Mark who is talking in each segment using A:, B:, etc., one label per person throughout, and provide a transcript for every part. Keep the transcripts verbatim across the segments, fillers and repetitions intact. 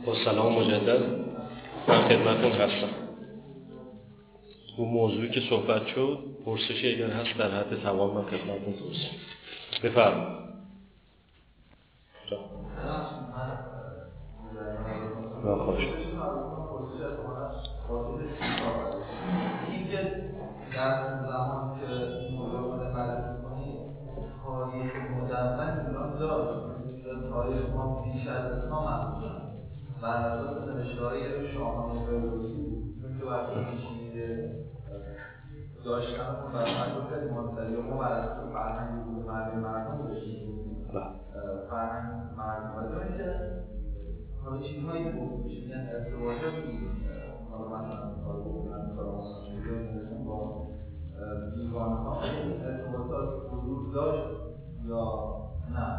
A: با سلام مجدد من خدمتتون هستم. اون موضوعی که صحبت شد پرسشی اگر هست در حد توان من خدمتتون توضیح بفرمایید. من خواهش
B: این که در زمان که موضوع رو بررسی کنید تاریخ مدون ایران داشت، تاریخ ما بیش از اسلام محدود بر اساس نوشته‌های شاهنامه فردوسی، چون که وقتی می‌شینید داشتنمون بر اساس خیلی منطقی ما بر اساس فرهنگ بود مردم مردم داشتیم فرهنگ مردم ولی که حالا چیزهایی بود میشه میگن ارتباطاتی حالا مثلا مثال بودن کارمون با دیوان‌ها این ارتباطات حضور داشت یا نه؟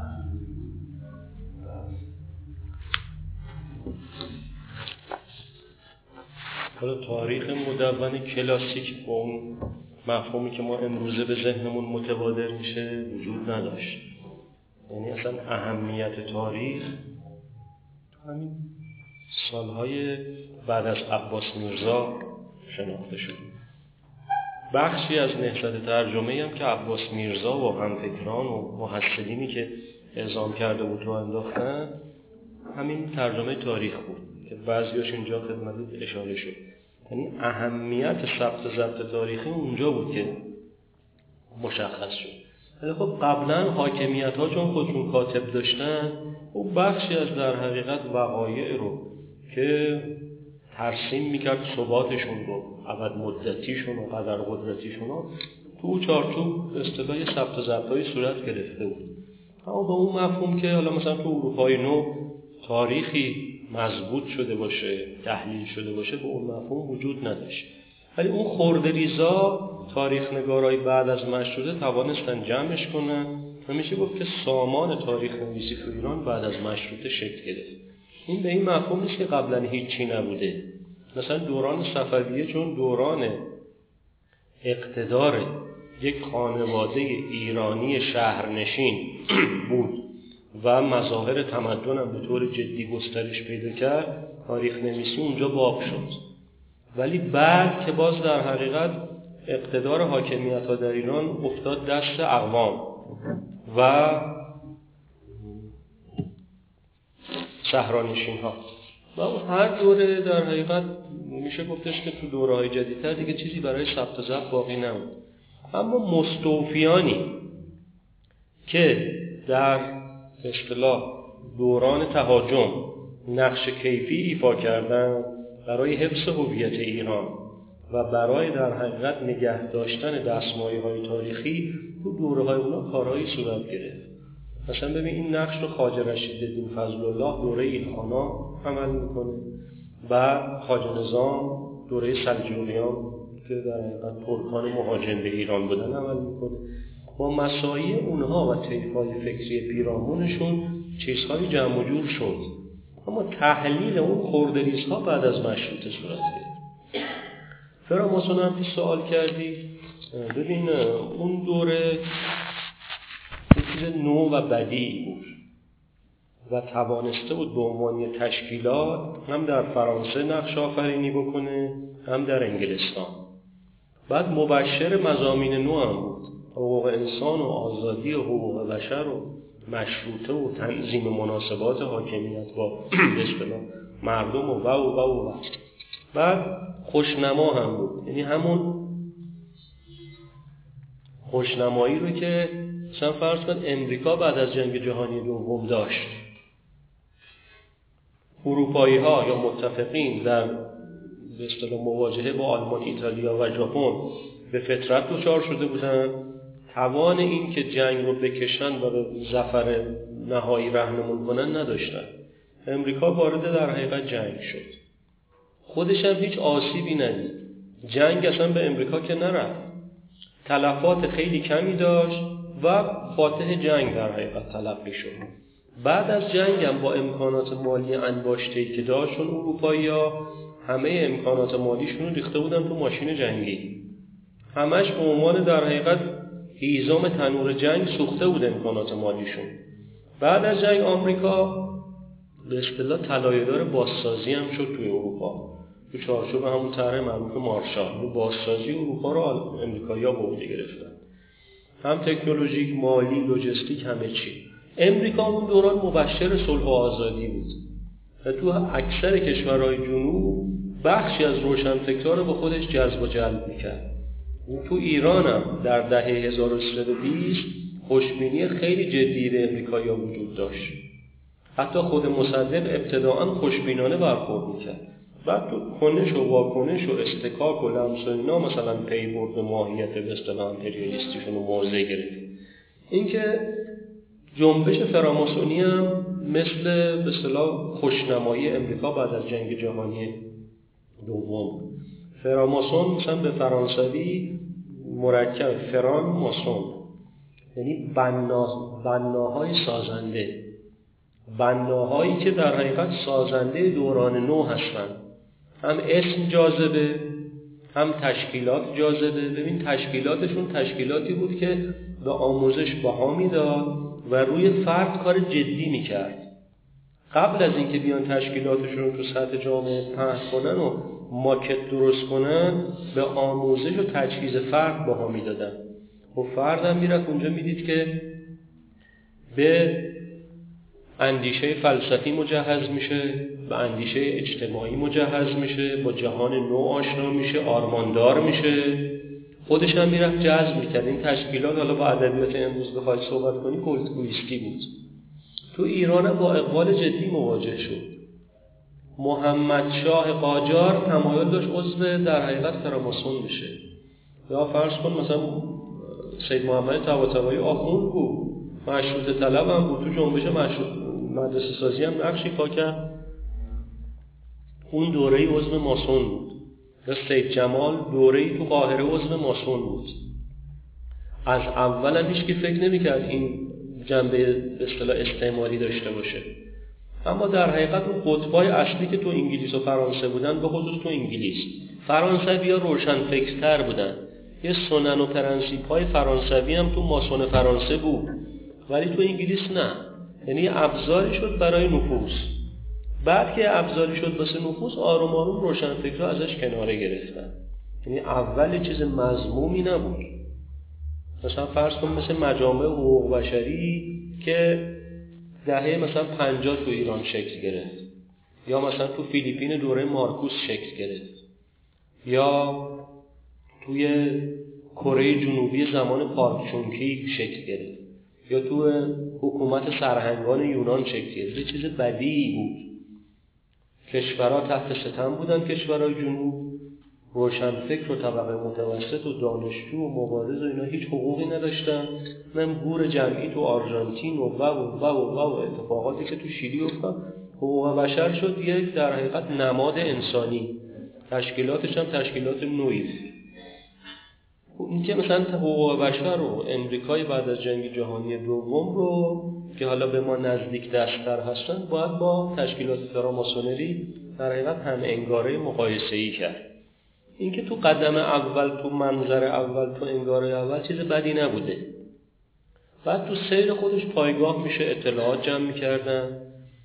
A: حالا تاریخ مدون کلاسیک با اون مفهومی که ما امروزه به ذهنمون متبادر میشه وجود نداشت. یعنی اصلا اهمیت تاریخ تو همین سالهای بعد از عباس میرزا شناخته شد. بخشی از نهضت ترجمه هم که عباس میرزا و همفکران و محصلینی که اعزام کرده بود رو انداختن همین ترجمه تاریخ بود که بعضیاش اینجا خدمت اشاره شد. یعنی اهمیت ثبت ضبط تاریخی اونجا بود که مشخص شد. ولی خب قبلا حاکمیت ها چون خودشون کاتب داشتن و بخشی از در حقیقت وقایع رو که ترسیم میکرد ثباتشون رو ابد مدتیشون و قدر قدرتیشون رو تو چارچوب اصطلاح ثبت ضبط‌های صورت گرفته بود. اما با اون مفهوم که حالا مثلا تو اروپای نو تاریخی مضبوط شده باشه، تحلیل شده باشه، به اون مفهوم وجود نداشت. ولی اون خردریزا تاریخ نگارای بعد از مشروطه توانستن جمعش کنن و میشه گفت که سامان تاریخ نویسی تو ایران بعد از مشروطه شکل گرفت. این به این مفهوم نیست که قبلا هیچی نبوده. مثلا دوران صفویه چون دوران اقتدار یک خانواده ایرانی شهرنشین بود و مظاهر تمدن هم به طور جدی گسترش پیدا کرد، تاریخ نویسی اونجا باب شد. ولی بعد که باز در حقیقت اقتدار حاکمیت ها در ایران افتاد دست اقوام و صحرانشین ها و هر دوره در حقیقت میشه گفتش که تو دوره های جدیدتر دیگه چیزی برای ثبت و ضبط باقی نموند. اما مستوفیانی که در اصطلاح دوران تهاجم نقش کیفی ایفا کردن برای حفظ هویت ایران و برای در حقیقت نگه داشتن دستمایه‌های تاریخی تو دوره‌های اونا کارهایی صورت گرفت. مثلا ببین این نقش رو خواجه رشیدالدین فضل الله دوره ایلخانا عمل میکنه، بعد خواجه نظام دوره سلجوقیان که در حقیقت ترکان مهاجم به ایران بودن عمل میکنه. با مساعی اونها و طیف‌های فکری پیرامونشون چیزهای جمع و جور شد، اما تحلیل اون خردریزها بعد از مشروطه صورت گرفت. فراماسون هم که سوال کردی، ببین اون دوره چیز نو و بدیعی بود و توانسته بود به عنوان تشکیلات هم در فرانسه نقش آفرینی بکنه هم در انگلستان. بعد مبشر مضامین نو هم بود، حقوق انسان و آزادی و حقوق بشر و مشروطه و تنظیم مناسبات حاکمیت با اصطلاح مردم و و و و و بعد خوشنما هم بود. یعنی همون خوشنمایی رو که مثلا فرض کن امریکا بعد از جنگ جهانی دوم داشت، اروپایی ها یا متفقین در به اصطلاح مواجهه با آلمان، ایتالیا و ژاپن به فطرت دچار شده بودن، توان این که جنگ رو بکشن و به ظفر نهایی راهنمون کنن نداشتن. امریکا وارد در حقیقت جنگ شد، خودش هم هیچ آسیبی ندید، جنگ اصلا به امریکا که نرفت، تلفات خیلی کمی داشت و فاتح جنگ در حقیقت تلقی شد. بعد از جنگ هم با امکانات مالی انباشته‌ای که داشتن اروپایی‌ها همه امکانات مالیشون رو ریخته بودن تو ماشین جنگی، همش به عنوان در حقیقت هیزم تنور جنگ سوخته بود امکانات مالیشون. بعد از جنگ آمریکا به اصطلاح طلایه‌دار بازسازی هم شد توی اروپا، تو چارچوب همون طرح معروف مارشال. بازسازی اروپا رو امریکایی‌ها به عهده گرفتن، هم تکنولوژیک، مالی، لوجستیک، همه چی. امریکا اون دوران مبشر صلح و آزادی بود و تو اکثر کشورهای جنوب بخشی از روشنفکرها رو به خودش جذب و جلب می‌کرد. تو ایران هم در دهه هزار و سیصد و بیست خوشبینی خیلی جدی به امریکایی‌ها وجود داشت. حتی خود مصدق ابتداعاً خوشبینانه برخورد می‌کرد. بعد تو کنش و واکنش و استکاک و لمس و اینا مثلا پی برد به ماهیت به اصطلاح امپریالیستیشون و موضع گرفت. اینکه جنبش فراماسونی هم مثل به اصطلاح خوشنمایی امریکا بعد از جنگ جهانی دوم، فراماسون مثلا به فرانسوی مرکب فران ماسون، یعنی بنا بناهای سازنده، بناهایی که در حقیقت سازنده دوران نو هستند. هم اسم جاذبه، هم تشکیلات جاذبه. ببین تشکیلاتشون تشکیلاتی بود که به آموزش بها میداد و روی فرد کار جدی میکرد. قبل از اینکه بیان تشکیلاتشون تو سطح جامعه پهن کنن و ماکت درست کنن، به آموزش و تجهیز فرد بها میدادن. و فرد هم میرفت اونجا میدید که به اندیشه فلسفی مجهز میشه، به اندیشه اجتماعی مجهز میشه، با جهان نو آشنا میشه، آرماندار میشه. خودش هم میرفت جذب میکرد. این تشکیلات حالا با ادبیات امروز بخواید صحبت کنی کلتگویستی بود. تو ایران هم با اقبال جدی مواجه شد. محمد شاه قاجار تمایل داشت عضو در حقیقت فراماسون بشه. یا فرض کن مثلا سید محمد طباطبایی آخوند بود، مشروطه طلب هم بود، تو جنبش مشروط مدرسه سازی هم نقشی پا کرد. اون دوره‌ای عضو ماسون بود. یا سید جمال دوره‌ای تو قاهره عضو ماسون بود. از اول هم هیچ کی فکر نمی‌کرد این جنبه به اصطلاح استعماری داشته باشه. اما در حقیقت اون قطبای اصلی که تو انگلیس و فرانسه بودن، به خصوص تو انگلیس، فرانسوی‌ها روشنفکرتر بودن. یه سنن و پرنسیپ‌های فرانسوی هم تو ماسون فرانسه بود، ولی تو انگلیس نه. یعنی ابزاری شد برای نفوذ. بعد که ابزاری شد واسه نفوذ، آروم آروم روشنفکرها ازش کناره گرفتن. یعنی اول چیز مذمومی نبود. مثلا فرض کن مثل مجامع حقوق بشری که دهه مثلا پنجاه تو ایران شکل گرفت، یا مثلا تو فیلیپین دوره مارکوس شکل گرفت، یا توی کره جنوبی زمان پارک چونکی شکل گرفت، یا تو حکومت سرهنگان یونان شکل گرفت. یه چیز بدیعی بود. کشورها تحت ستم بودن، کشورهای جنوب، روشنفکر و طبقه متوسط و دانشجو و مبارز و اینا هیچ حقوقی نداشتن. من گور جمعی تو آرژانتین و و و و و اتفاقاتی که تو شیلی افتاد، حقوق بشر شد یک در حقیقت نماد انسانی. تشکیلاتش هم تشکیلات نوعی بود. این که مثلا حقوق بشر رو امریکای بعد از جنگ جهانی دوم رو که حالا به ما نزدیک دست‌تر هستن، باید با تشکیلات فراماسونری در حقیقت هم انگاره مقایسه‌ای کرد. این که تو قدم اول، تو منظر اول، تو انگاره اول چیز بدی نبوده. بعد تو سیر خودش پایگاه میشه، اطلاعات جمع می‌کردن،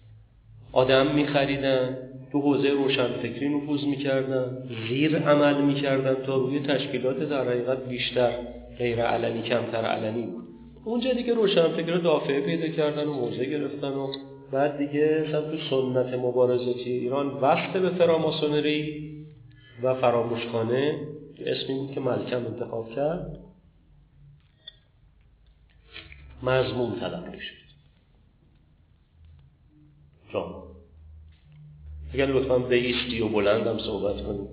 A: آدم می‌خریدن، تو حوزه روشنفکری نفوذ می‌کردن، زیر عمل می‌کردن تا روی تشکیلات در حقیقت بیشتر غیر علنی کمتر علنی بود. اونجا دیگه روشنفکرها دافعه پیدا کردن و موضع گرفتن و بعد دیگه مثلا تو سنت مبارزاتی ایران وصل به فراماسونری و فراموشخانه، اسمی بود که ملکم انتخاب کرد، مضمون تلقی شد. جان اگر لطفاً بایستی و بلندم صحبت کنیم.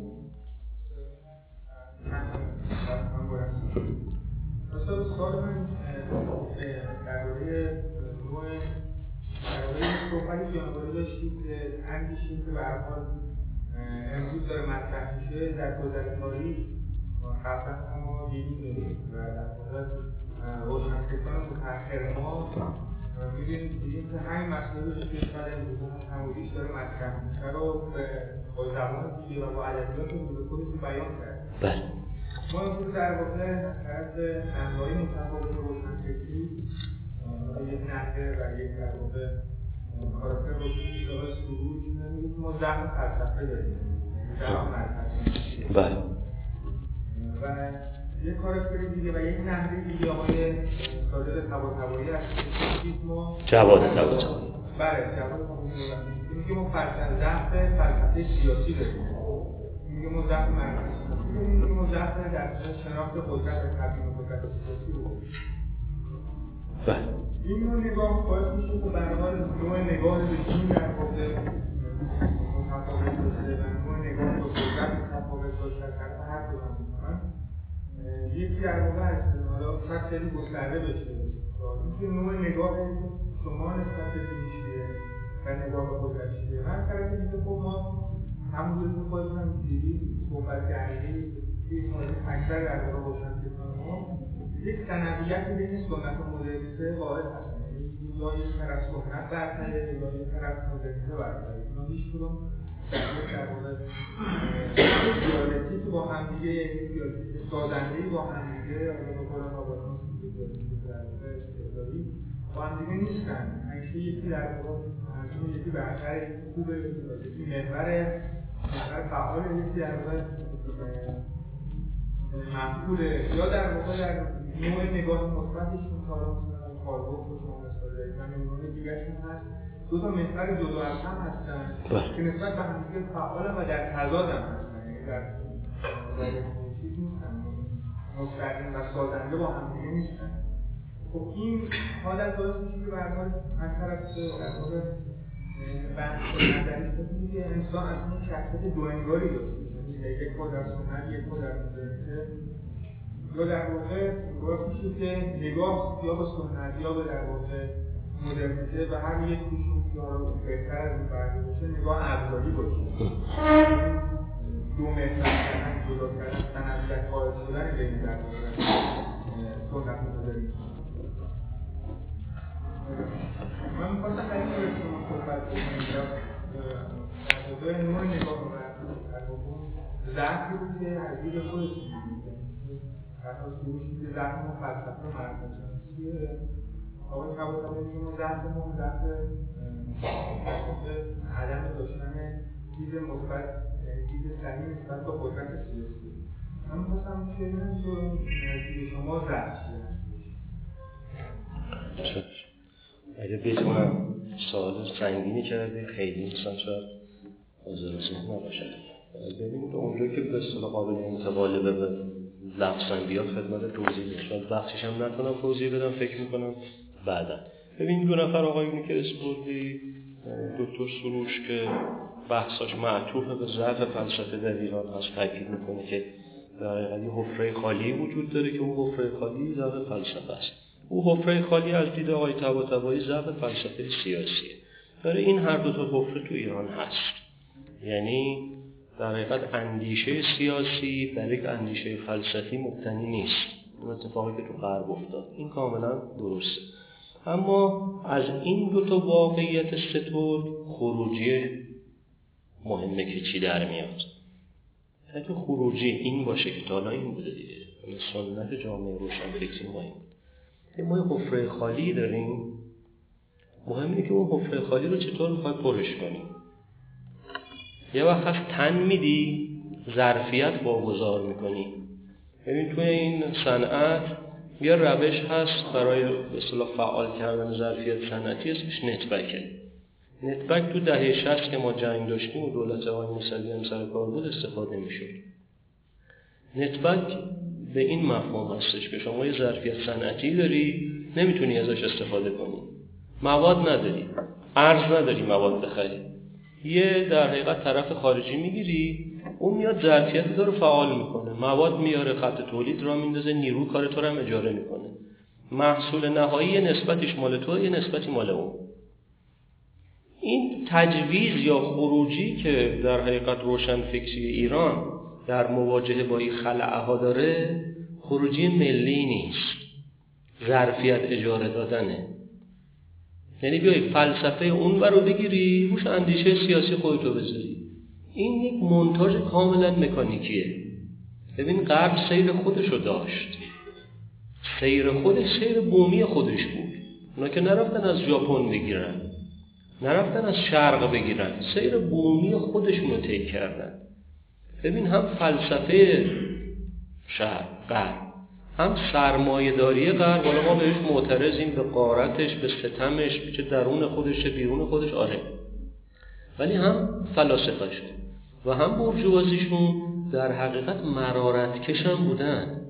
C: اصلا سوال من درباره نوع درباره صحبتی جانباری داشتید که اندیشیم که به هر حال امروز داره مطرح میشه در گذر تاریخ قبلا ما دیدیم و در مورد روشنفکران متأخر ما می‌بینیم دیدیم که همین مسئله که کشور امروز هم همونیش داره مطرح میشه رو با زبان دیگه و با ادبیات رو خودش بیان کرد.
A: بله.
C: ما امروز در واقع طرف انواعی متفاوت روشنفکری یک نحوه و یک در واقع کاراکتر روشنی که آقای سروش میگه ما ضعف فلسفه داریم، ضعف مذهبی.
A: بله.
C: و یک کاراکتر دیگه و یک نحوه دیگه آقای صادق طباطبایی هست که ما
A: جواد طباطبایی.
C: بله جواد طباطبایی میگه ما فلسفه ضعف فلسفه سیاسی داریم. میگه ما ضعف مذهبی داریم. میگه ما ضعف در شناخت قدرت و تبیین قدرت سیاسی داریم.
A: بله.
C: این نوع نگاه باعث میشه که به هر حال نوع نگاه به دین در واقع متفاوت باشه و نوع نگاه به قدرت متفاوت باشه از طرف هر دو هم. یکی در واقع از حالا شاید خیلی گسترده بشه اینکه نوع نگاه شما نسبت به دین چیه و نگاه به قدرت چیه. من طرف دیگه خب ما همونجوری که خودتون هم دیدید صحبت کردید توی مورد اکثر در واقع روشنفکران ما یک سندیتی بین سنت و مدرنیته واحد هست. یا یک طرف سنت برتره یا یک طرف مدرنیته برتره. اینا هیچ کدوم در واقع دیالکتیکی که با هم دیگه یعنی سازنده‌ای با هم دیگه حالا به قول آقایان استعدادی با هم دیگه نیستن. همیشه یکی در واقع از اون یکی برتر، یکی خوبه، یکی محوره، محور فعال، یکی در واقع مفعوله. یا در واقع در نوع نگاه مثبتشون کارا مثلا کاربرد رو شما مثال دارید و نمونه دیگه‌شون هست دو تا محور جدا از هم هستن که نسبت به هم دیگه فعالن و در تضاد هم هستن. یعنی در چیز نیستن، مستقیم و سازنده با هم دیگه نیستن. خب این حالت باعث میشه که به هر حال از طرف در واقع بحث نظری بکنیم که انسان از اون شخصیت دو انگاری داشته باشه، یک پا در سنت یک پا در مدرنیته، یا در واقع باعث میشه که نگاه یا به سنت یا به در واقع مدرنیته و هر یک کشون که رو بهتر از این برده باشه نگاه ابزاری باشه. دو محور کردن، جدا کردن، تنوع قائل شدن بین در واقع سنت و مدرنیته. من می‌خواستم در این مورد شما صحبت کنم که در واقع نوع نگاه رو در واقع ضعفی رو که از دید خودتون می‌بینید. حتی سروش میگه ضعف ما فلسفه مرکزشناسیه. آقای طباطبایی میگه ما ضعف ما ضعف عدم داشتن دید مثبت، یعنی دید صحیح نسبت به قدرت سیاسی. من می‌خواستم که دید شما ضعف چیه؟
A: اگه بتونم سوال سنگینی کردی خیلی انسان شاید حاضر ذهن نباشد. ببینید اونجا که به اصطلاح قابل انتقال به لفظاً بیاد خدمت توضیح میدم. شاید بخشش هم نتونم توضیح بدم، فکر میکنم بعداً. ببین دو نفر آقایونی که اسم بردی، دکتر سروش که بحثاش معطوف به ضعف فلسفه در ایران هست، تاکید میکنه که در حقیقت حفره خالی وجود داره که اون حفره خالی ضعف فلسفه است. او حفره خالی از دید آقای طباطبایی ضعف فلسفه سیاسیه. داره این هر دو تا حفره تو ایران هست. یعنی در حقیقت اندیشه سیاسی بر یک اندیشه فلسفی مبتنی نیست. اون اتفاقی که تو غرب افتاد این کاملا درسته. اما از این دو تا واقعیت ستور خروجی مهمه که چی در میاد. اگه خروجی این باشه که تا حالا این بوده دیگه، سنت جامعه روشنفکری ما این بود. ما یه حفره خالی داریم، مهم اینه که اون حفره خالی رو چطور میخوای پرش کنیم. یه وقت از تن میدی، ظرفیت واگذار میکنی. ببین توی این صنعت یه روش هست برای به اصطلاح فعال کردن ظرفیت صنعتی، اسمش نتبکه. نتبک تو دهه شصت که ما جنگ داشتیم و دولت آقای موسوی هم سر کار بود استفاده میشد. نتبک به این مفهوم هستش که شما یه ظرفیت صنعتی داری، نمیتونی ازش استفاده کنی، مواد نداری، ارز نداری مواد بخری، یه در حقیقت طرف خارجی میگیری، اون میاد ظرفیت تو رو فعال میکنه، مواد میاره، خط تولید را میندازه، نیرو کار تو رو هم اجاره میکنه، محصول نهایی نسبتش مال تو، یه نسبتی مال اون. این تجویز یا خروجی که در حقیقت روشنفکری ایران در مواجهه با این خلأها داره، خروجی ملی نیست، ظرفیت اجاره دادنه. یعنی بیایی فلسفه اون رو بگیری، روش اندیشه سیاسی خودتو بذاری. این یک مونتاژ کاملا مکانیکیه. ببین غرب سیر خودشو داشت، سیر خودش سیر بومی خودش بود. اونا که نرفتن از ژاپن بگیرن، نرفتن از شرق بگیرن، سیر بومی خودشون رو طی کردن. ببین هم فلسفه شرق غرب، هم سرمایه‌داری غرب، حالا ما بهش معترضیم، به غارتش، به ستمش، چه درون خودش چه بیرون خودش، آره، ولی هم فلاسفه‌شون و هم بورژوازیشون در حقیقت مرارت کشم بودن.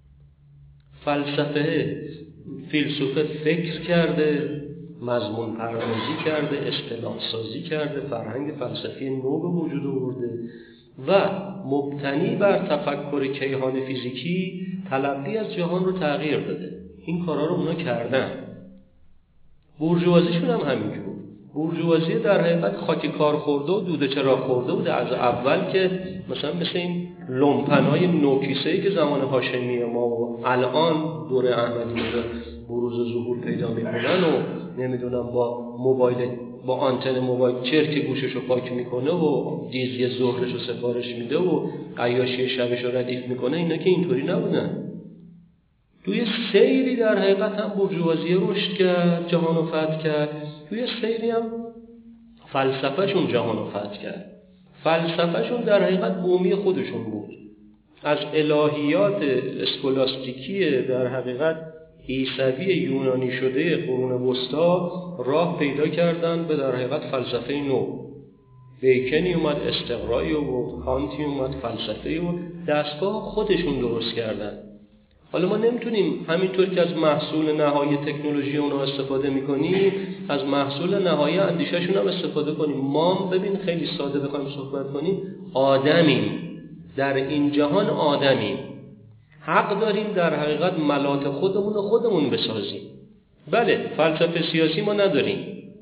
A: فلسفه فیلسوفه فکر کرده، مضمون پردازی کرده، اصطلاح سازی کرده، فرهنگ فلسفی نو به وجود آورده و مبتنی بر تفکر کیهان فیزیکی تلقی از جهان رو تغییر داده. این کارا رو اونا کردن. بورژوازیشون هم همینجور. بورژوازی در حقیقت خاکی کار خورده و دوده چراغ خورده بوده از اول، که مثلا مثل این لومپنای نوکیسه‌ای که زمان هاشمی ما و الان دوره احمدی‌نژاد بروز و ظهور پیدا میکنن و نمیدونم با موبایل، با آنتن موبایل چرک گوششو پاک میکنه و دیزی ظهرشو سفارش میده و عیاشی شبشو ردیف میکنه، اینا که اینطوری نبودن. توی سیری در حقیقت هم بورژوازی رشد کرد، جهانو فتح کرد، توی سیری هم فلسفهشون جهانو فتح کرد. فلسفهشون در حقیقت بومی خودشون بود، از الهیات اسکولاستیکی در حقیقت عیسوی یونانی شده قرون وسطا راه پیدا کردن به در حقیقت فلسفه نو. بیکنی اومد، استقرایی و کانتی اومد، فلسفه و دستگاه خودشون درست کردن. حالا ما نمیتونیم همینطور که از محصول نهایی تکنولوژی اونا استفاده میکنیم از محصول نهایی اندیشهشون هم استفاده کنیم. ما ببین خیلی ساده بخوایم صحبت کنیم، آدمیم، در این جهان آدمیم، حق داریم در حقیقت ملات خودمون رو خودمون بسازیم. بله فلسفه سیاسی ما نداریم،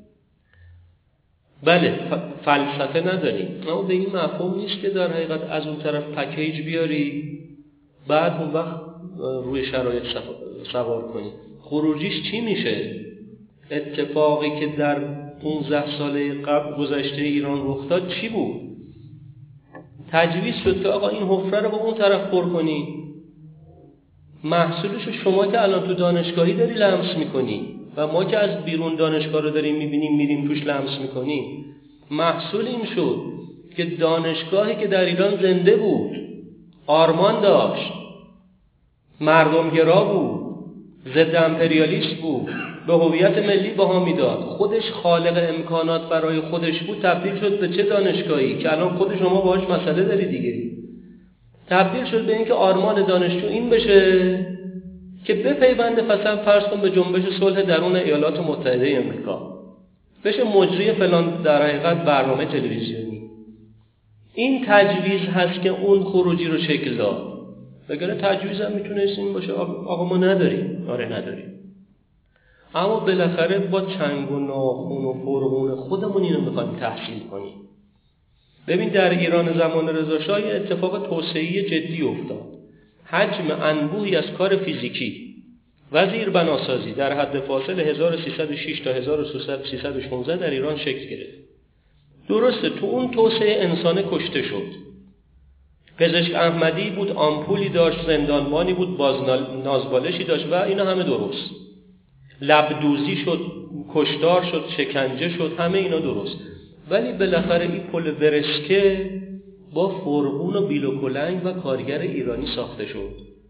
A: بله فلسفه نداریم، اما به این مفهوم نیست که در حقیقت از اون طرف پکیج بیاری بعد اون وقت روی شرایط سوار کنی. خروجیش چی میشه؟ اتفاقی که در پانزده ساله قبل گذشته ایران رخ داد چی بود؟ تجویز شد که آقا این حفره رو به اون طرف پر کنی. محصولشو شما که الان تو دانشگاهی داری لمس میکنی و ما که از بیرون دانشگاه رو داریم میبینیم میریم توش لمس میکنیم. محصول این شد که دانشگاهی که در ایران زنده بود، آرمان داشت، مردمگرا بود، ضد امپریالیست بود، به هویت ملی بها میداد، خودش خالق امکانات برای خودش بود، تبدیل شد به چه دانشگاهی که الان خود شما باهاش مسئله داری دیگه. تبدیل شد به اینکه آرمان دانشجو این بشه که بپیونده مثلا فرض کن به جنبش صلح درون ایالات متحده آمریکا، بشه مجری فلان در حقیقت برنامه تلویزیونی. این تجویز هست که اون خروجی رو شکل داد. بگره تجویز هم میتونه این باشه آقا ما نداریم. آره نداریم، اما بالاخره با چنگ و ناخون و فرغون خودمون اینو میخوایم تحصیل کنیم. ببین در ایران زمان رضا شاه اتفاق توسعه‌ای جدی افتاد. حجم انبوهی از کار فیزیکی و زیربناسازی در حد فاصل هزار و سیصد و شش تا هزار و سیصد و شانزده در ایران شکل گرفت. درسته تو اون توسعه انسان کشته شد. پزشک احمدی بود، آمپولی داشت، زندانبانی بود، بازنازبالشی داشت و اینا همه درست. لبدوزی شد، کشتار شد، شکنجه شد، همه اینا درست. ولی بالاخره این پل ورسکه با فرغون و بیل و کلنگ و کارگر ایرانی ساخته شد.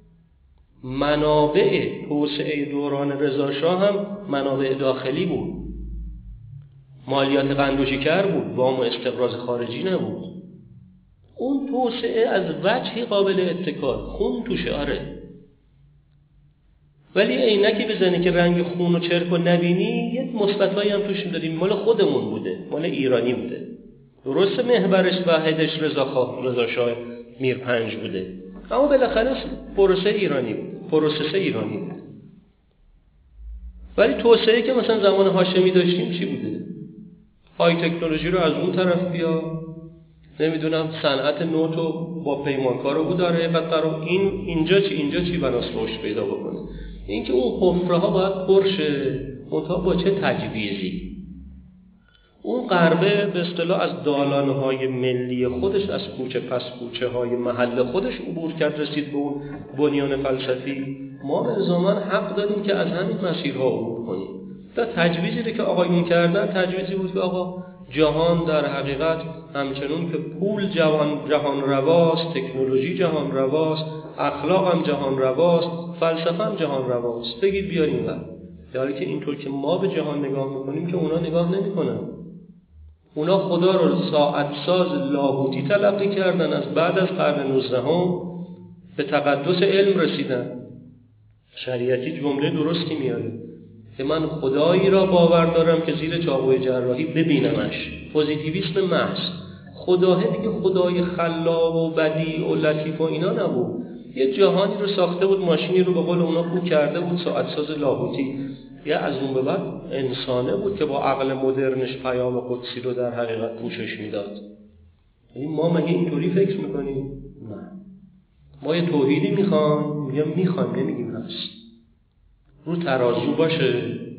A: منابع توسعه دوران رضا شاه هم منابع داخلی بود. مالیات قند و شکر بود، وام و استقراض خارجی نبود. اون توسعه از وجهی قابل اتکا، خون توشه آره، ولی عینکی بزنی که رنگ خون و چرک و نبینی، یک مثبتایی هم توش داریم، مال خودمون بوده، مال ایرانی بوده. درست محورش و هدش رضا رضا شاه میر پنج بوده، اما بالاخره پروسه ایرانی بود، پروسه ایرانی بود. ولی توسعه که مثلا زمان هاشمی داشتیم چی بوده؟ های تکنولوژی رو از اون طرف بیا، نمیدونم صنعت نوتو با پیمانکارو بود داره و قرار این اینجا چی اینجا چی بناس روش پیدا بکنه. اینکه اون حفره ها باید پرشه، منتها با چه تجویزی. اون غربه به اصطلاح از دالانهای ملی خودش، از کوچه پس کوچه های محل خودش عبور کرد، رسید به اون بنیان فلسفی. ما الزاماً حق داریم که از همین مسیرها عبور کنیم. تا تجویزی رو که آقایون کردن تجویزی بود که آقا جهان در حقیقت همچنون که پول جهان جهان رواست، تکنولوژی جهان رواست، اخلاق هم جهان رواست، فلسفه هم جهان رواست، بگید بیاریم بر. در حالی که اینطور که ما به جهان نگاه میکنیم که اونا نگاه نمیکنن. اونا خدا رو ساعت ساز لاهوتی تلقی کردن، از بعد از قرن نوزدهم به تقدس علم رسیدن. شریعتی جمله درستی میاره که من خدایی را باور دارم که زیر چاقوی جراحی ببینمش. پوزیتیویسم محض. خداه دیگه خدای خلاق و بدیع و لطیف و اینا نبود. یه جهانی رو ساخته بود، ماشینی رو به قول اونا پول کرده بود، ساعت ساز لاهوتی. یا از اون به بعد انسانه بود که با عقل مدرنش پیام قدسی رو در حقیقت پوشش میداد. یعنی ما مگه اینطوری فکر میکنیم؟ نه. ما یه توحیدی میخوایم یا میخوایم، نمیگیم هست. رو ترازو باشه،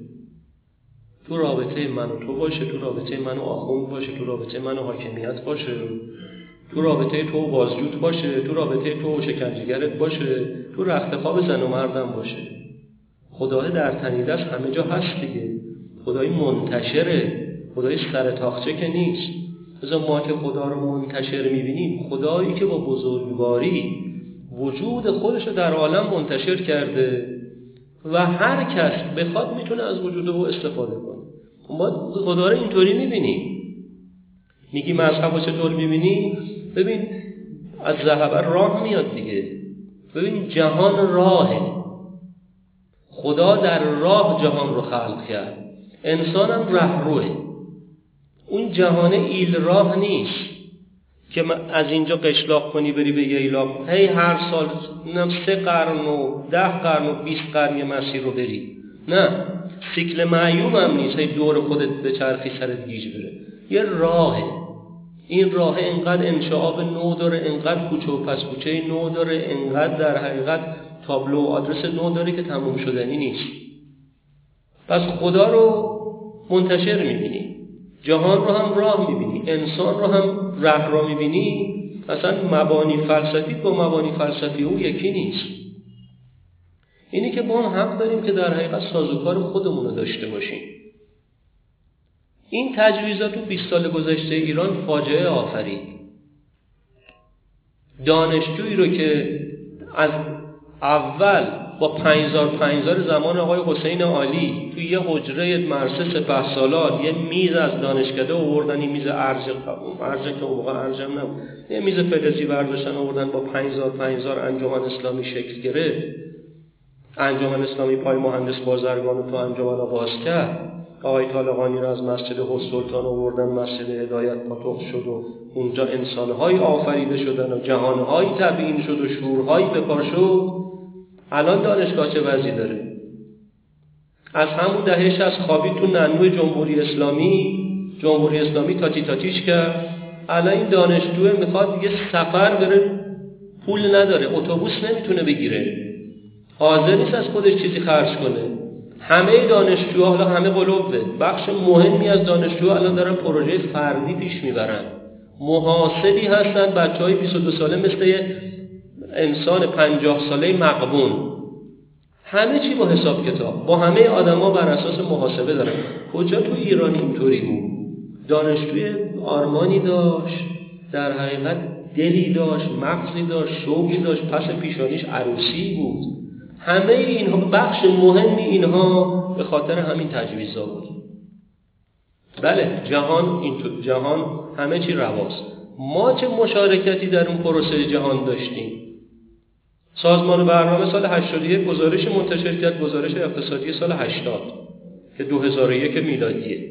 A: تو رابطه من و تو باشه، تو رابطه من و آخوند باشه، تو رابطه من و حاکمیت باشه، تو رابطه تو و بازجوت باشه، تو رابطه تو و شکنجهگرت باشه، تو رخت خواب زن و مردم باشه. خدای در تنیده است، همه جا هست دیگه. خدای منتشره، خدای سر تاخچه که نیست. مثلا ما که خدا رو منتشر میبینیم، خدایی که با بزرگواری وجود خودش رو در عالم منتشر کرده و هر کس بخواد میتونه از وجود او استفاده کنه. ما خدا رو اینطوری میبینیم. میگی مذهب رو چطور میبینی؟ ببین از ذهب راه میاد دیگه. ببین جهان راهه. خدا در راه جهان رو خلق کرد. انسان هم رهروه. اون جهان ایل راه نیست که از اینجا قشلاق کنی بری به ییلاق، هی هر سال نم سه قرن و ده قرن و بیست قرن یه مسیر رو بری. نه، سیکل معیوب هم نیست هی دور خودت به چرخی سرت گیج بره. یه راهه. این راه انقدر انشعاب نو داره، انقدر کوچه و پس کوچه نو داره، انقدر در حقیقت تابلو و آدرس نو داره که تموم شدنی نیست. پس خدا رو منتشر میبینی، جهان رو هم راه میبینی، انسان رو هم راه را میبینی. اصلا مبانی فلسفی با مبانی فلسفی او یکی نیست. اینی که ما هم حق داریم که در حقیقت سازوکار خودمون رو داشته باشیم. این تجویزات تو بیست سال گذشته ایران فاجعه آفرید. دانشجویی رو که از اول با پنجزار پنجزار زمان آقای حسین عالی توی یه حجره مرسه سپه سالار یه میز از دانشکده آوردن، این میز ارج ارج که اون موقع ارجم نبود، یه میز فلزی برداشتن آوردن، با پنجزار پنجزار انجمن اسلامی شکل گرفت. انجمن اسلامی پای مهندس بازرگان رو تو انجمن آغاز کرد. آقای طالقانی رو از مسجد حسن سلطان آوردن مسجد هدایت پاتوق شد و اونجا انسان‌های آفریده شدن و جهان‌های تبیین شد و شورهایی به پا شد. الان دانشگاه چه وضعی داره؟ از همون دهه شصت خوابید تو ننوی جمهوری اسلامی، جمهوری اسلامی تاتی تاتیش کرد. الان این دانشجو میخواد یه سفر بره، پول نداره، اتوبوس نمیتونه بگیره، حاضر نیست از خودش چیزی خرج کنه. همه دانشجوها، حالا همه قلوبه، بخش مهمی از دانشجوها الان دارن پروژه فردی پیش میبرن. محاسبی هستن، بچهای بیست و دو ساله مثل یه انسان پنجاه ساله مغبون، همه چی با حساب کتاب، با همه آدما بر اساس محاسبه دارن. کجا تو ایران اینطوری بود؟ دانشجوی آرمانی داشت، در حقیقت دلی داشت، مغزی داشت، شوقی داشت، پس پیشانیش عروسی بود. همه اینها، بخش مهمی اینها به خاطر همین تجویزها بود. بله، جهان این جهان همه چی رواست. ما چه مشارکتی در اون پروسه جهان داشتیم؟ سازمان برنامه سال هشتاد و یک گزارش منتشر کرد، گزارش اقتصادی سال هشتاد که دو هزار و یک میلادیه.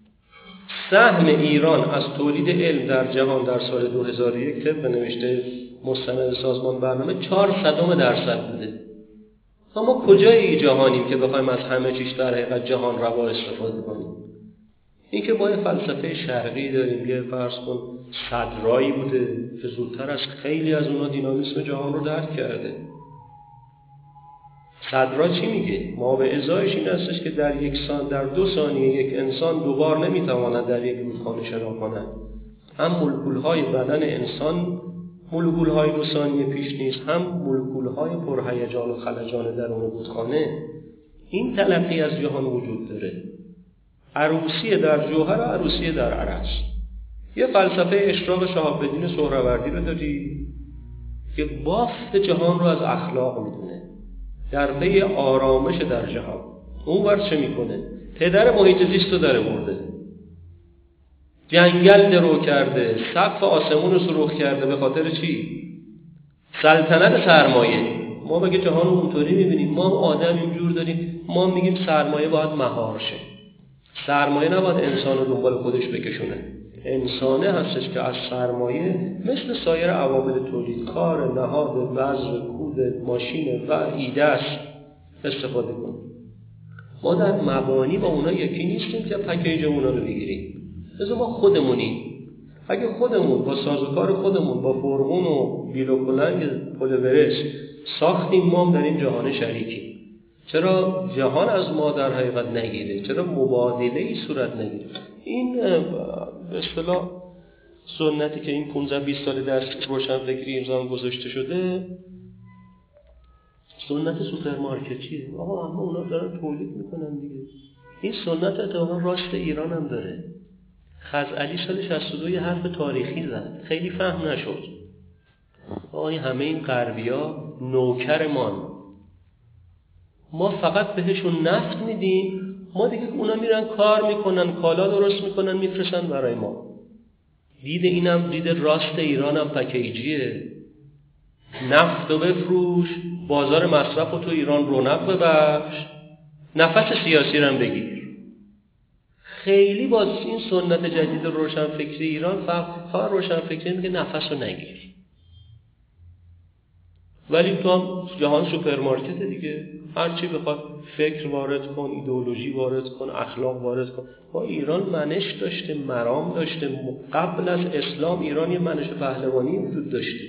A: سهم ایران از تولید علم در جهان در سال دو هزار و یک طبق نوشته مستند سازمان برنامه چهار صدم درصد بوده. اما کجای جهانیم که بخوایم از همه چیز در حقیقت جهان روا استفاده کنیم؟ این که با فلسفه شرقی داریم، یه فرض کن صدرایی بوده که زودتر از خیلی از اونا دینامیسم جهان رو درک کرده. صدرا چی میگه؟ ما به ازایش این هستش که در یک سان در دو ثانیه یک انسان دوبار نمیتواند در یک رودخانه شنا کند. هم مولکول‌های بدن انسان مولکول‌های دو ثانیه پیش نیست، هم مولکول‌های پرهیجان و خلجان درون رودخانه. این تلقی از جهان وجود داره. عروسی در جوهر و عروسی در عرض. یه فلسفه اشراق شهاب الدین سهروردی رو داری که بافت جهان رو از اخلاق میدونه، در پی آرامش در جهان. اون ور چه میکنه؟ پدر محیط زیست رو داره برده، جنگل درو کرده، سقف آسمون رو سرخ کرده. به خاطر چی؟ سلطنت سرمایه. ما بگه جهان رو اونطوری میبینیم، ما آدم اینجور داریم، ما میگیم سرمایه باید مهار شه. سرمایه نباید انسان رو دنبال خودش بکشونه. انسانه هستش که از سرمایه مثل سایر عوامل تولید، کار، نهاد، وزر، کود، ماشین و ایده است استفاده کنیم. ما در مبانی با اونا یکی نیستیم که پکیج اونا رو بگیریم. از ما خودمونیم. اگه خودمون با سازوکار خودمون با فرغون و بیل و کلنگ پلورش ساختیم، ما در این جهان شریکیم. چرا جهان از ما در حقیقت نگیره؟ چرا مبادله ای صورت نگیره؟ این به اصطلاح سنتی که این پانزده بیست سال دست روشنفکری امضا گذاشته شده، سنت سوپرمارکتیه. آقا اما اونا دارن تولید میکنن دیگه. این سنت اتفاقا راست ایران هم داره. خزعلی سال شصت و دو یه حرف تاریخی زد، خیلی فهم نشد. آقا این همه این غربی‌ها نوکرمان، ما فقط بهشون نفت میدیم، ما دیگه اونا میرن کار میکنن، کالا درست میکنن میفرستن برای ما. دید اینم دید راست ایرانم پکیجیه. نفت و بفروش، بازار مصرف رو تو ایران رونق ببخش، نفس سیاسی رو هم بگیر. خیلی باز این سنت جدید روشنفکری ایران فقط روشنفکری میگه نفس رو نگیر. ولی تو هم جهان سوپرمارکت دیگه، هر چی بخواد فکر وارد کن، ایدئولوژی وارد کن، اخلاق وارد کن. با ایران منش داشته، مرام داشته. قبل از اسلام ایران یه منش پهلوانی وجود داشته،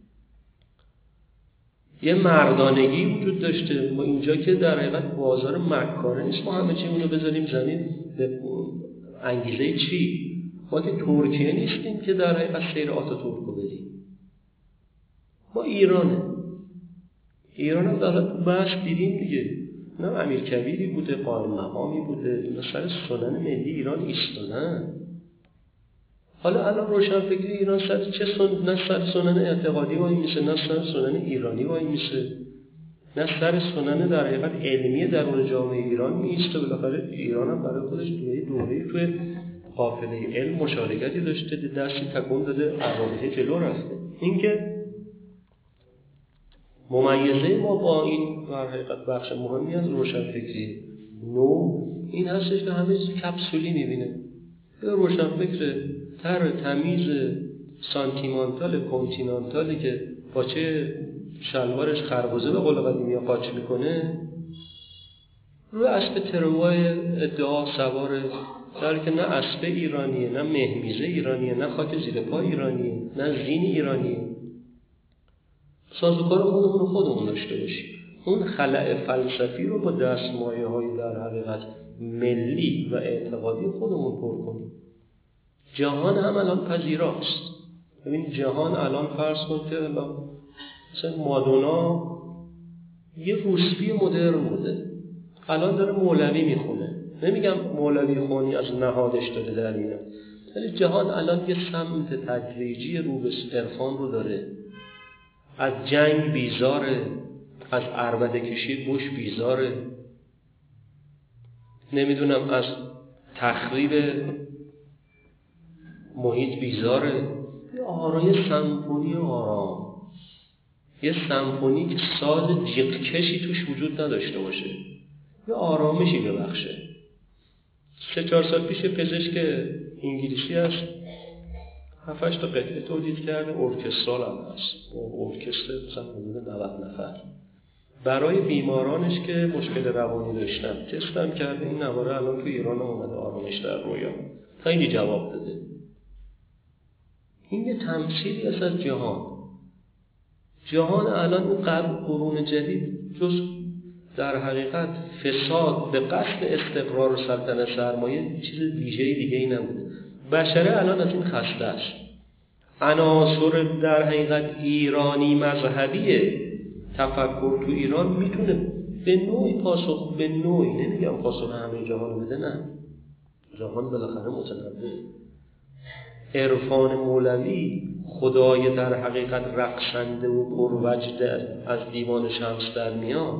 A: یه مردانگی وجود داشته. ما اینجا که در حقیقت بازار مکاره نیست، ما همه چی اونو بذاریم زمین. به انگیزه چی؟ ما که ترکیه نیستیم که در حقیقت سیر آتاتورک رو بریم. ما ایرانه. ایران هم در تو بحث دیدیم دیگه. نه امیرکبیری بوده، قائم مقامی بوده، اینا سر سنن ملی ایران ایستادن. حالا الان روشنفکری ایران سر چه سن... نه سر سنن اعتقادی وای میسه، نه سر سنن ایرانی وای میسه، نه سر سنن در حقیقت علمی درون جامعه ایران میسته. بالاخره ایران هم برای خودش دوره دوره توی قافله علم مشارکتی داشته، دستی تکون داده، عوامل جلو رفته. اینکه ممیزه ما با این در حقیقت بخش مهمی از روشنفکری نو این هستش که همه چیز کپسولی میبینه. به روشنفکر تر تمیز سانتیمانتال کنتینانتالی که پاچه شلوارش خربوزه به قول قدیمی قاچ میکنه، روی اسب تروای ادعا سواره، در که نه اسب ایرانیه، نه مهمیزه ایرانیه، نه خاک زیر پا ایرانیه، نه زین ایرانیه. سازوکار خودمون رو خودمون داشته باشیم. اون خلأ فلسفی رو با دستمایه های در حقیقت ملی و اعتقادی خودمون پر کنیم. جهان هم الان پذیراست. ببین جهان الان فرض کن که مثلا مادونا یه روسپی مدرن بوده، الان داره مولوی میخونه. نمیگم مولوی خونی از نهادش داره در اینه، ولی جهان الان یه سمت تدریجی رو به عرفان رو داره. از جنگ بیزاره، از عربده کشی بوش بیزاره، نمیدونم از تخریب محیط بیزاره. یه آرای سمفونی آرام، یه سمفونی که ساز جیغ کشی توش وجود نداشته باشه، یه آرامشی ببخشه. سه چهار سال پیش پزشک انگلیسی هست، هفتش تا قطعه تولید کرده، ارکسترال هم هست، ارکستر مثلا حدود نود نفر، برای بیمارانش که مشکل روانی داشتن تست هم کرده. این نواره الان تو ایران هم اومده، آرامش در رویا، خیلی جواب داده. این یه تمثیلی است از جهان. جهان الان اون قبل قرون جدید جز در حقیقت فساد به قصد استقرار و سلطنت سرمایه چیز ویژه‌ای دیگه‌ای نبوده. بشره الان از این خسته است. عناصر در حقیقت ایرانی مذهبی تفکر تو ایران میتونه به نوعی پاسخ، به نوعی نمیگم پاسخ همه جهان بده، نه، جهان بالاخره متنوع. عرفان مولوی خدای در حقیقت رقصنده و پروجد از دیوان شمس در میاد،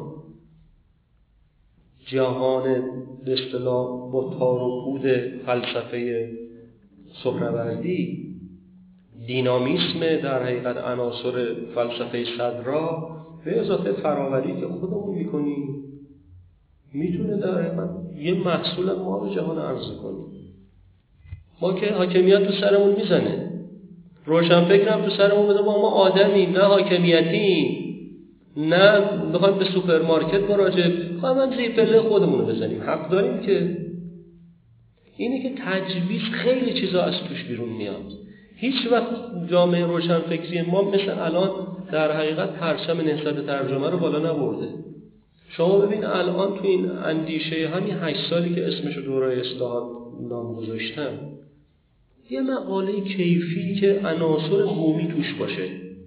A: جهان به اصطلاح با تار و پود فلسفه سهروردی، دینامیسم در حقیقت عناصر فلسفه صدرا به اضافه فراوری که خودمون میکنیم میتونه در حقیقت یه محصول ما به جهان عرضه کنیم. ما که حاکمیت تو سرمون میزنه، روشن فکرم تو سرمون بده، ما ما آدمیم نه حاکمیتیم، نه بخوایم به سوپرمارکت مراجعه خواهیم من زیر پله خودمون رو بزنیم. حق داریم که اینه که تجویز خیلی چیزا از توش بیرون میاد. هیچ وقت جامعه روشن فکری ما مثل الان در حقیقت پرچم نهضت ترجمه رو بالا نبرده. شما ببین الان تو این اندیشه همین هشت سالی که اسمشو دوره اصلاحات نام گذاشتم، یه مقاله کیفی که عناصر بومی توش باشه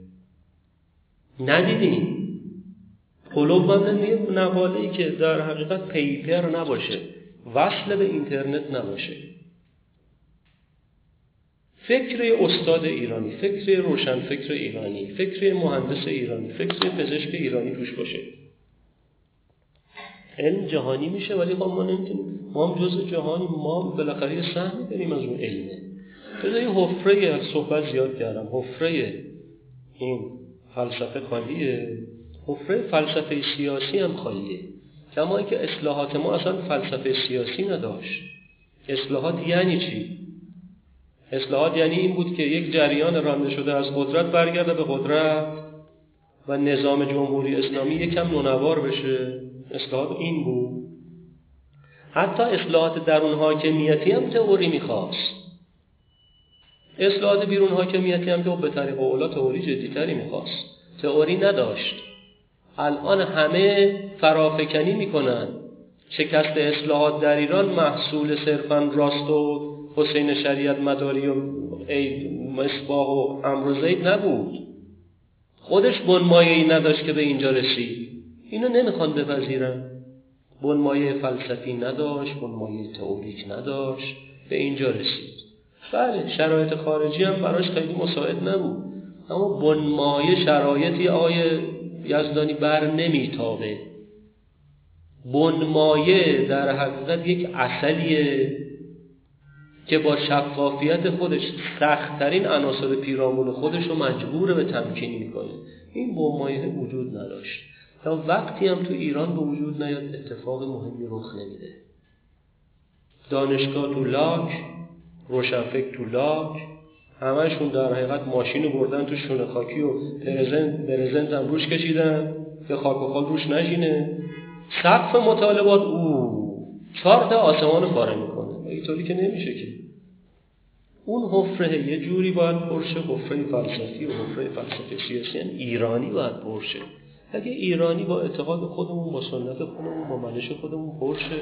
A: ندیدیم. قلوب هم یه مقاله‌ای که در حقیقت پیپر نباشه، وصل به اینترنت نباشه. فکر استاد ایرانی، فکر روشن فکر ایرانی، فکر مهندس ایرانی، فکر پزشک ایرانی توش باشه. علم جهانی میشه ولی خب ما نمیتونیم، ما هم جزء جهانی، ما بالاخره یه سهمی داریم از اون علمه. بذار یه حفره صحبت زیاد کردم، حفره این فلسفه خالیه، حفره فلسفه سیاسی هم خالیه. کما اینکه اصلاحات ما اصلا فلسفه سیاسی نداشت. اصلاحات یعنی چی؟ اصلاحات یعنی این بود که یک جریان رانده شده از قدرت برگرده به قدرت و نظام جمهوری اسلامی یکم نونوار بشه. اصلاحات این بود. حتی اصلاحات درون حاکمیتی هم تئوری میخواست. اصلاحات بیرون حاکمیتی هم که به طریق اولا تئوری جدیتری میخواست، تئوری نداشت. الان همه فرافکنی میکنن شکست اصلاحات در ایران محصول صرفاً راست و حسین شریعت مداری و مصباح و عمرو زید نبود. خودش بنمایه‌ای نداشت که به اینجا رسید. اینو نمیخوان بپذیرن. بنمایه فلسفی نداشت، بنمایه تئوریک نداشت، به اینجا رسید. بله شرایط خارجی هم براش خیلی مساعد نبود، اما بنمایه شرایطی آقای یزدانی بر نمیتابه. بنمایه در حقیقت یک عسلیه که با شفافیت خودش سخت‌ترین عناصر پیرامون خودش رو مجبور به تمکین میکنه. این بنمایه وجود نداشت تا وقتی هم تو ایران به وجود نیاد اتفاق مهمی رخ نمیده. دانشگاه تو لاک، روشنفکر تو لاک، همشون در حقیقت ماشین بردن تو شونه خاکی و پرزنت برزنت هم روش کشیدن که خاک و خال روش نشینه. سقف مطالبات او چهار تا آسمان پاره میکنه. اینطوری که نمیشه که. اون حفره یه جوری باید پرشه، حفره فلسفی و حفره فلسفه سیاسی هم ایرانی باید پرشه. اگه ایرانی با اعتقاد خودمون، با سنت خودمون، با منش خودمون پرشه،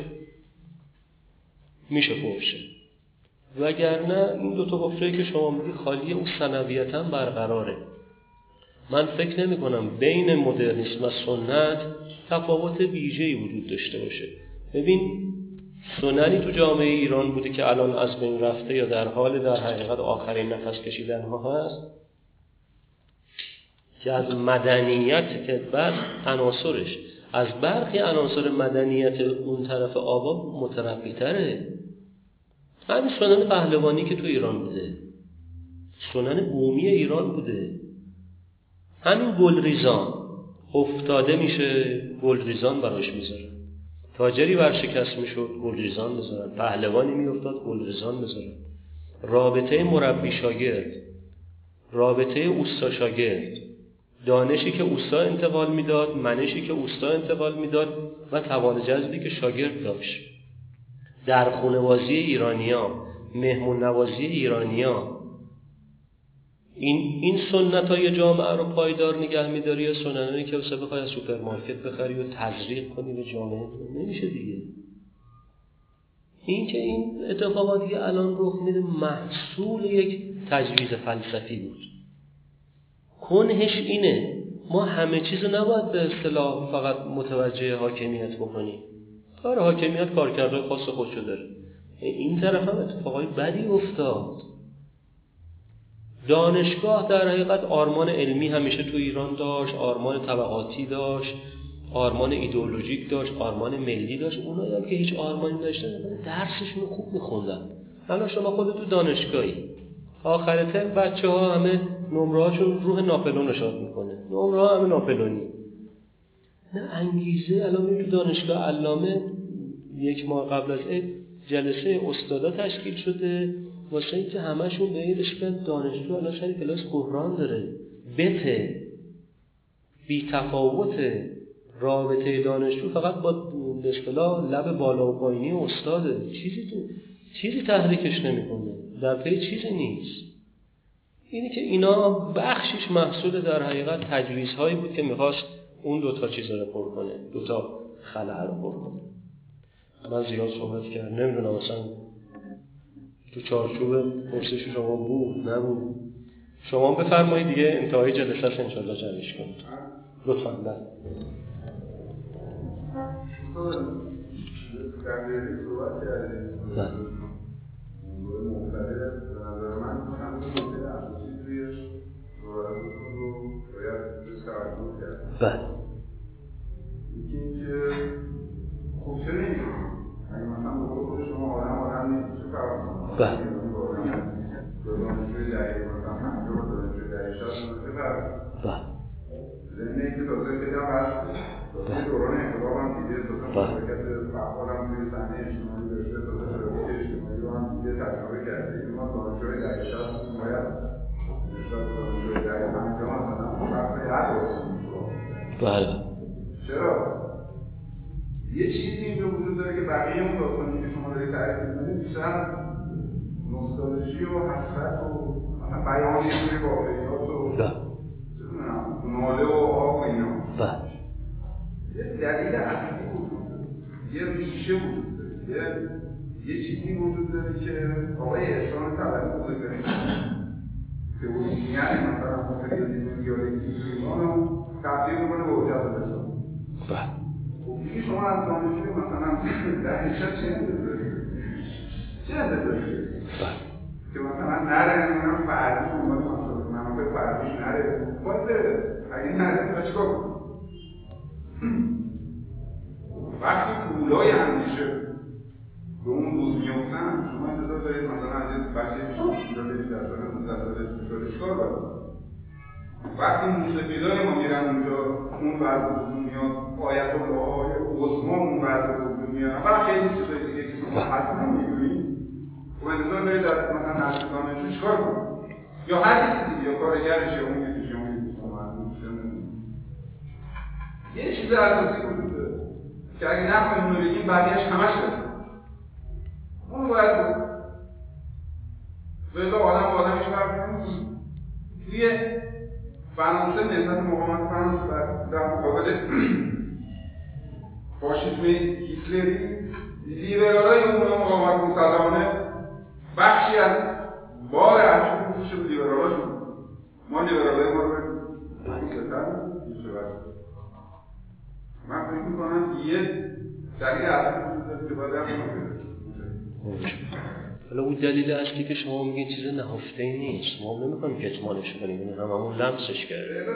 A: میشه پرشه. وگرنه این دو تا حفره‌ای که شما میگی خالی، اون ثانویتاً برقراره. من فکر نمی کنم بین مدرنیسم و سنت تفاوت ویژه‌ای وجود داشته باشه. ببین سننی تو جامعه ایران بوده که الان از بین رفته یا در حال در حقیقت آخرین نفس کشیدن ها هست، که از مدنیت که بعد عناصرش از برخی عناصر مدنیت اون طرف آبا مترقی تره. همین سنن پهلوانی که تو ایران بوده، سنن بومی ایران بوده. همین گلریزان افتاده میشه، گلریزان براش میذارن. تاجری ورشکست میشد، گلریزان میذارن. پهلوانی میافتاد، گلریزان میذارن. رابطه مربی شاگرد، رابطه اوستا شاگرد، دانشی که اوستا انتقال میداد، منشی که اوستا انتقال میداد و توان جذبی که شاگرد داشت. در خونه‌بازی ایرانی‌ها، مهمون نوازی ایرانی‌ها، این این سنت‌های جامعه رو پایدار نگه می‌داری یا سنتایی که واسه بخوای از سوپرمارکت بخری و تزریق کنی به جامعه؟ نمیشه دیگه. این که این اتفاقاتی که الان رخ میده محصول یک تجویز فلسفی بود. کنهش اینه، ما همه چیز رو نباید به اصطلاح فقط متوجه حاکمیت بکنیم. کار حاکمیت کارکردهای خاص خودشو داره. این طرف هم اتفاقای بدی افتاد. دانشگاه در حقیقت آرمان علمی همیشه تو ایران داشت، آرمان طبقاتی داشت، آرمان ایدئولوژیک داشت، آرمان ملی داشت. اونایی هم که هیچ آرمانی داشتن درسشون خوب می‌خوندن. الان شما خودت تو دانشگاهی، آخر ترم بچه‌ها همه نمره‌هاشون روح ناپلئون رو شاد می‌کنه. نمره‌ها همه ناپلئونی. نه انگیزه. الان میریم تو دانشگاه علامه یک ماه قبل از عید جلسه استادا تشکیل شده واسه اینکه همشون به این رشته دانشجو الان سر کلاس بحران داره. بته بی تفاوته. رابطه دانشجو فقط با به اصطلاح لب بالا و پایینی استاده. چیزی چیزی تحریکش نمی‌کنه. در پی چیزی نیست. اینی که اینا بخشش محصول در حقیقت تجویزهایی بود که می‌خواست اون دو تا چیز رو پر کنه، دو تا خلأ رو پر کنه. من زیاد صحبت کردم، نمیدونم اصلا تو چارچوب پرسش شما بود نبود. شما بفرمایید دیگه انتهای جلسه است انشالله جمعش کنید. لطفاً. بله.
D: صحبت کردید.
A: بله.
D: مختلف به نظر من چند تا نکته اساسی توی صحبتتون رو باید بهش توجه کرد.
A: بله.
D: یکی اینکه خب چرا اینجوری؟ اگه مثلا به قول خود شما آدم آدم نیست چه فرق می‌کنه؟
A: بله.
D: دانشجوی دهه مثلا پنجاه و دانشجوی دهه شصت چه فرق می‌کنه؟
B: بله.
D: ضمن اینکه تازه خیلی هم هست تازه دوران انقلاب هم دیده تازه مشارکت فعال هم توی صحنه اجتماعی داشته تازه شبکه اجتماعی رو هم دیده تجربه کرده. این ما دانشجوی دهه شصت باید نسبت به دانشجوی دهه پنجاه مثلا فرقی هست.
A: بله.
D: چرا؟ یه چیزی اینجا وجود داره که بقیه اون داستانی که شما دارید تعریف می‌کنید بیشتر نوستالژی و حسرت و مثلا بیان یه جوری واقعیات و ناله و آب و اینا.
A: بله.
D: یه دلیل اصلی وجود داره. یه ریشه وجود داره. یه یه چیزی وجود داره که آقای احسان طلبی بزرگترین تئوریسین مثلا متریالیسم دیالکتیک ایران رو تبدیل می‌کنه به حجت الاسلام.
A: بله.
D: خب دیگه شما از دانشجوی مثلا در شصت چه انتظاری؟ چه انتظاری؟
A: بله.
D: که مثلا نره نمیدونم فردیش اونوال مثلا منافع فردیش نره باید بره. اگه نره تا چیکار کنه؟ وقتی پولای اندیشه به اون روز میفتن شما انتظار دارید مثلا از یه بچه شانزده ساله هجده ساله نوزده ساله سی ساله چیکار باید؟ وقتی موسیقیدای ما میرن اونجا اون وضع وجود میاد آیت الله های عظما اون وضع وجود میاد و خیلی چیزای دیگه که شما حتما میدونید و انتظار دارید از مثلا نزدیکانشون چیکار کنید یا هر کسی دیگه یا کارگرش یا اون یکی یا اون یکی یه چیز اساسی وجود داره که اگه نخواهیم اونو بگیم بعدیش همش هست اونو باید بود ولی آدم با آدمش فرق نمی‌کنه توی فرانسه نهضت مقاومت فرانسه در مقابل فاشیسم هیتلری لیبرالای اون مقاومت مسلحانه بخشی از بار افشون روش به لیبرالاشون ما لیبرالای ما رو بسیتر من فکر میکنم یه دلیل اصلی وجود داره که باید هم
A: حالا اون دلیل اصلی که شما میگین چیز نهفته‌ای نیست ما هم نمیخوایم کتمانش کنیم یعنی هممون لمسش کرده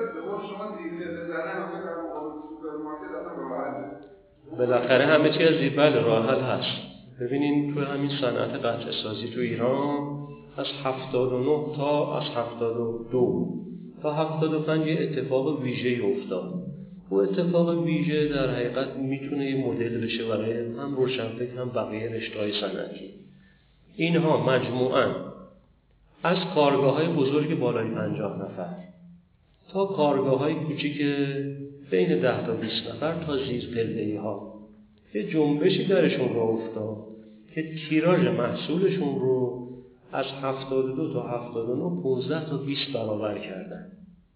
A: بالاخره همه چی از زیر بله راه حل هست. ببینین توی همین صنعت قطعه سازی تو ایران از هفتاد و نه تا از هفتاد و دو تا هفتاد و پنج یه اتفاق ویژه‌ای افتاد. و اتفاق ویژه در حقیقت میتونه یه مدل بشه برای هم روشنفکر هم بقیه رشته‌های صنعتی. اینها مجموعاً از کارگاه‌های بزرگ بالای پنجاه نفر تا کارگاه‌های کوچیک بین ده تا بیست نفر تا زیر پله‌ای‌ها یه جنبشی درشون راه افتاد که تیراژ محصولشون رو از هفتاد و دو تا هفتاد و نه پانزده تا بیست برابر کردن.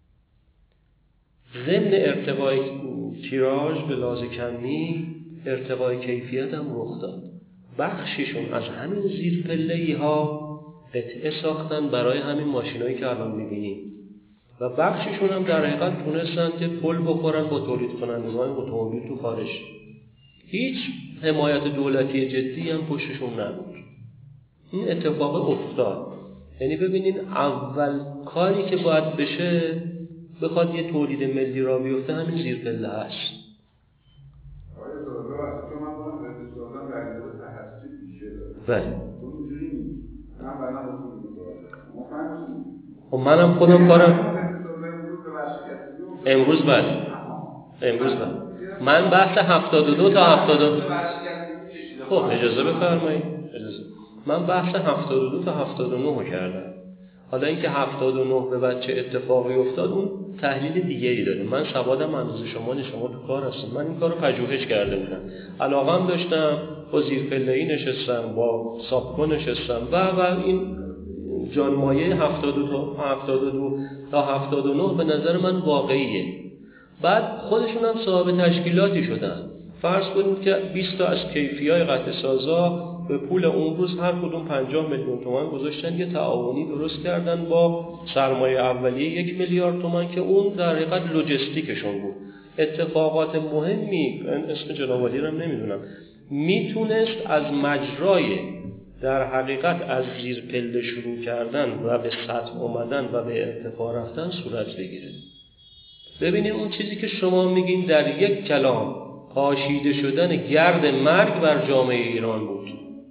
A: ضمن ارتقای تیراژ به لحاظ کمی ارتقای کیفیت هم رخ داد. بخششون از همین زیر پله‌ای ها قطعه ساختن برای همین ماشینایی که الان می‌بینیم و بخششون هم در حقیقت تونستن که پل بخورن با تولید کنندگان اتومبیل تو خارج. هیچ حمایت دولتی جدی هم پشتشون نبود. این اتفاق افتاد. یعنی ببینین اول کاری که باید بشه بخواد یه تولید ملی را بیفته همین زیرپله هست.
D: آقای سازا واسه من با اقتصادم برنامه تحصیلی پیشه داره.
A: بله.
D: اونجوری نیست. من برنامه اصول می‌ذارم. مفهوم؟
A: خب منم خودم کارم امروز بله. امروز بله. من بحث هفتاد و دو تا هفتاد و دو خب اجازه بفرمایید. اجازه. من بحث هفتاد و دو تا هفتاد و نه کردم. حالا اینکه هفتاد و نه به بعد چه اتفاقی افتاد اون تحلیل دیگه‌ای داره. من سوادم اندازه شما نیست، شما تو کار هستید. من این کارو پژوهش کرده بودم. علاقه‌ام داشتم، با زیرپله‌ای نشستم، با سابکو نشستم و و این جانمایه هفتاد و دو هفتاد و دو تا هفتاد و نه به نظر من واقعیه. بعد خودشون هم صاحب تشکیلاتی شدن. فرض کنید که بیست تا از کیفیای قطع سازا به پول اون روز هر کدوم پنجاه میلیون تومان گذاشتن، یه تعاونی درست کردن با سرمایه اولیه یک میلیارد تومان که اون در حقیقت لوجستیکشون بود. اتفاقات مهمی، اسم جناب عالی رو نمیدونم، میتونست از مجرای در حقیقت از زیر پله شروع کردن و به سطح اومدن و به ارتفاع رفتن صورت بگیره. ببینید اون چیزی که شما میگین در یک کلام پاشیده شدن گرد مرگ بر جامعه ایران بود.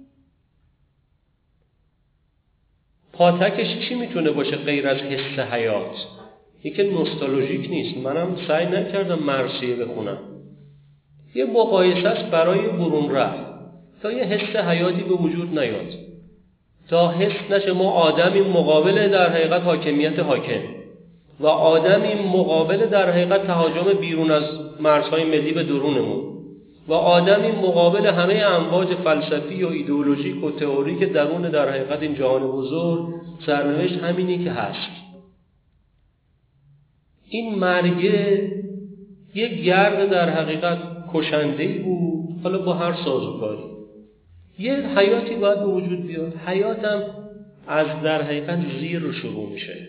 A: پاتکش چی میتونه باشه غیر از حس حیات؟ یکی نوستالژیک نیست. منم سعی نکردم مرثیه بخونم. یه مقایسه است برای برون رفت تا یه حس حیاتی به وجود نیاد، تا حس نشه ما آدمی مقابل در حقیقت حاکمیت حاکم و آدمی مقابل در حقیقت تهاجم بیرون از مرزهای ملی به درونمون و آدمی مقابل همه امواج فلسفی و ایدئولوژیک و تئوری که درون در حقیقت این جهان بزرگ سرنوشت همینی که هست. این مرگه یک گرد در حقیقت کشنده‌ای بود، حالا با هر سازوکاری یه حیاتی باید به وجود بیاد. حیاتم از در حقیقت زیر رو شروع میشه.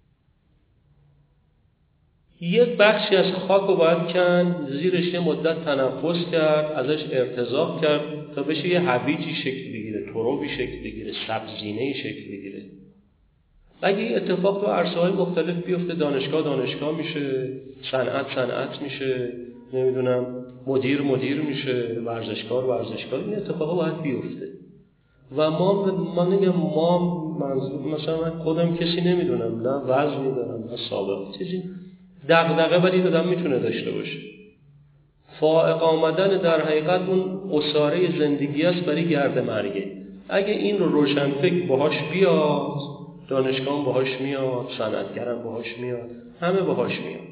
A: یک بخشی از خاک رو باید کن، زیرش یه مدت تنفس کرد، ازش ارتزاق کرد تا بشه یه هویجی شکل بگیره، ترابی شکل بگیره، سبزینه‌ای شکل بگیره. اگه این اتفاق تو عرصه‌های مختلف بیفته، دانشگاه دانشگاه میشه، صنعت صنعت میشه، نمیدونم مدیر مدیر میشه، ورزشکار ورزشکار، این اتفاقا باید بیفته. و ما ما نگم ما منظور مثلا من خودم کسی نمیدونم، نه وزنی دارم نه سابقه چیزی، دغدغه ولی آدم میتونه داشته باشه. فائق آمدن در حقیقت اون اساره زندگی است برای گرد مرگه. اگه این رو روشنفکر باهاش بیاد، دانشگاه باهاش میاد، صنعتگرم باهاش میاد، همه باهاش میاد.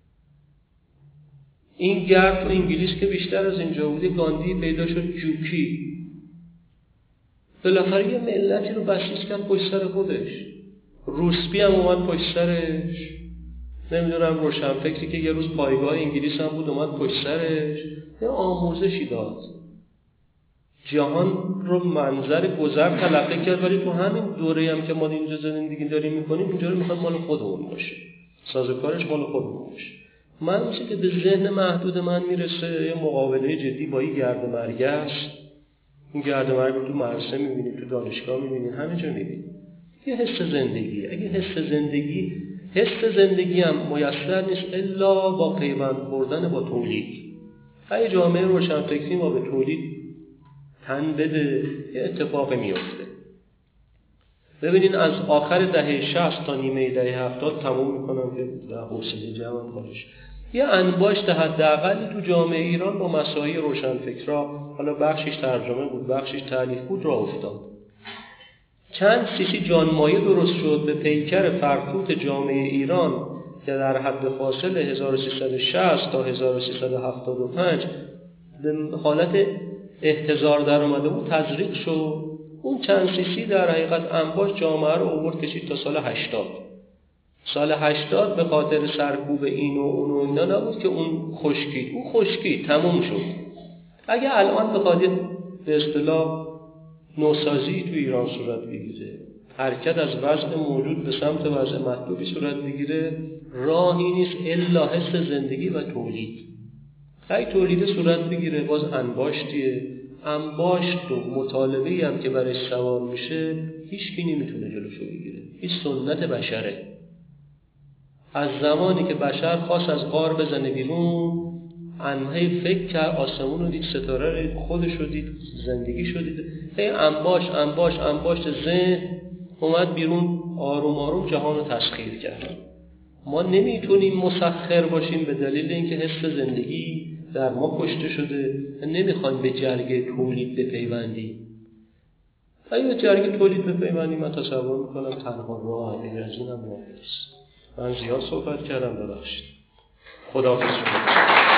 A: این گرد تو انگلیس که بیشتر از اینجا بوده، گاندی پیدا شد جوکی. بالاخره یه ملتی رو بسیج کرد پشت سر خودش. روسبی هم اومد پشت سرش. نمیدونم روشنفکری که یه روز پایگاه انگلیس هم بود اومد پشت سرش. یه آموزشی داد. جهان رو منظر گذر تلقی کرد، ولی تو همین دوره هم که ما اینجا زندگی داریم میکنیم اینجا رو میخواد مال خودمون باشه. سازوکارش مال خودمون باشه. من میشه که به ذهن محدود من میرسه یه مقابله جدی با این گرد مرگ است. این گرد مرگ رو تو مدرسه میبینید، تو دانشگاه میبینید، همه جا میبینید. یه حس زندگی. اگه حس زندگی حس زندگی هم میسر نیست الا با پیوند خوردن با تولید. اگه جامعه روشنفکری ما به تولید تن بده، یه اتفاقی میفته. ببینین از آخر دهه شصت تا نیمه دهه هفتاد تموم میکنم که در حوصله جمعم خواهش. یه انباشت حداقلی تو جامعه ایران با مسائل روشنفکرها، حالا بخشش ترجمه بود، بخشش تالیف بود، راه افتاد. چند سیسی جانمایه درست شد به پیکر فرتوت جامعه ایران که در حد فاصل هزار و سیصد و شصت تا هزار و سیصد و هفتاد و پنج به حالت احتضار در اومده بود، تزریق شد. اون چند سیسی در حقیقت انباش جامعه رو آورد کشید تا سال هشتاد. سال هشتاد به خاطر سرکوب این و اون و اینا نبود که اون خشکی، اون خشکی تموم شد. اگه الان بخواد به اصطلاح نوسازی تو ایران صورت بگیره، حرکت از وضع موجود به سمت وضع مطلوبی صورت بگیره، راهی نیست الا حس زندگی و تولید. اگه تولید صورت بگیره باز انباشتیه، انباشت و مطالبه‌ای هم که برای سوار میشه هیچ کی نمیتونه جلوشو بگیره. این سنت بشره. از زمانی که بشر خواست از غار بزنه بیرون، انهی فکر کرد، آسمون رو دید، ستاره رو دید، خودش رو دید، زندگی رو دید، هی انباش انباش انباشت ذهن اومد بیرون، آروم آروم جهان رو تسخیر کرد. ما نمیتونیم مسخر باشیم به دلیل اینکه حس زندگی در ما کشته شده، نمیخوایم به جرگه تولید بپیوندیم. اگه به جرگه تولید بپیوندیم من تصور میکنم تنها راه غیر از اینم نیست. من زیاد صحبت کردم، ببخشید. خداحافظ شما.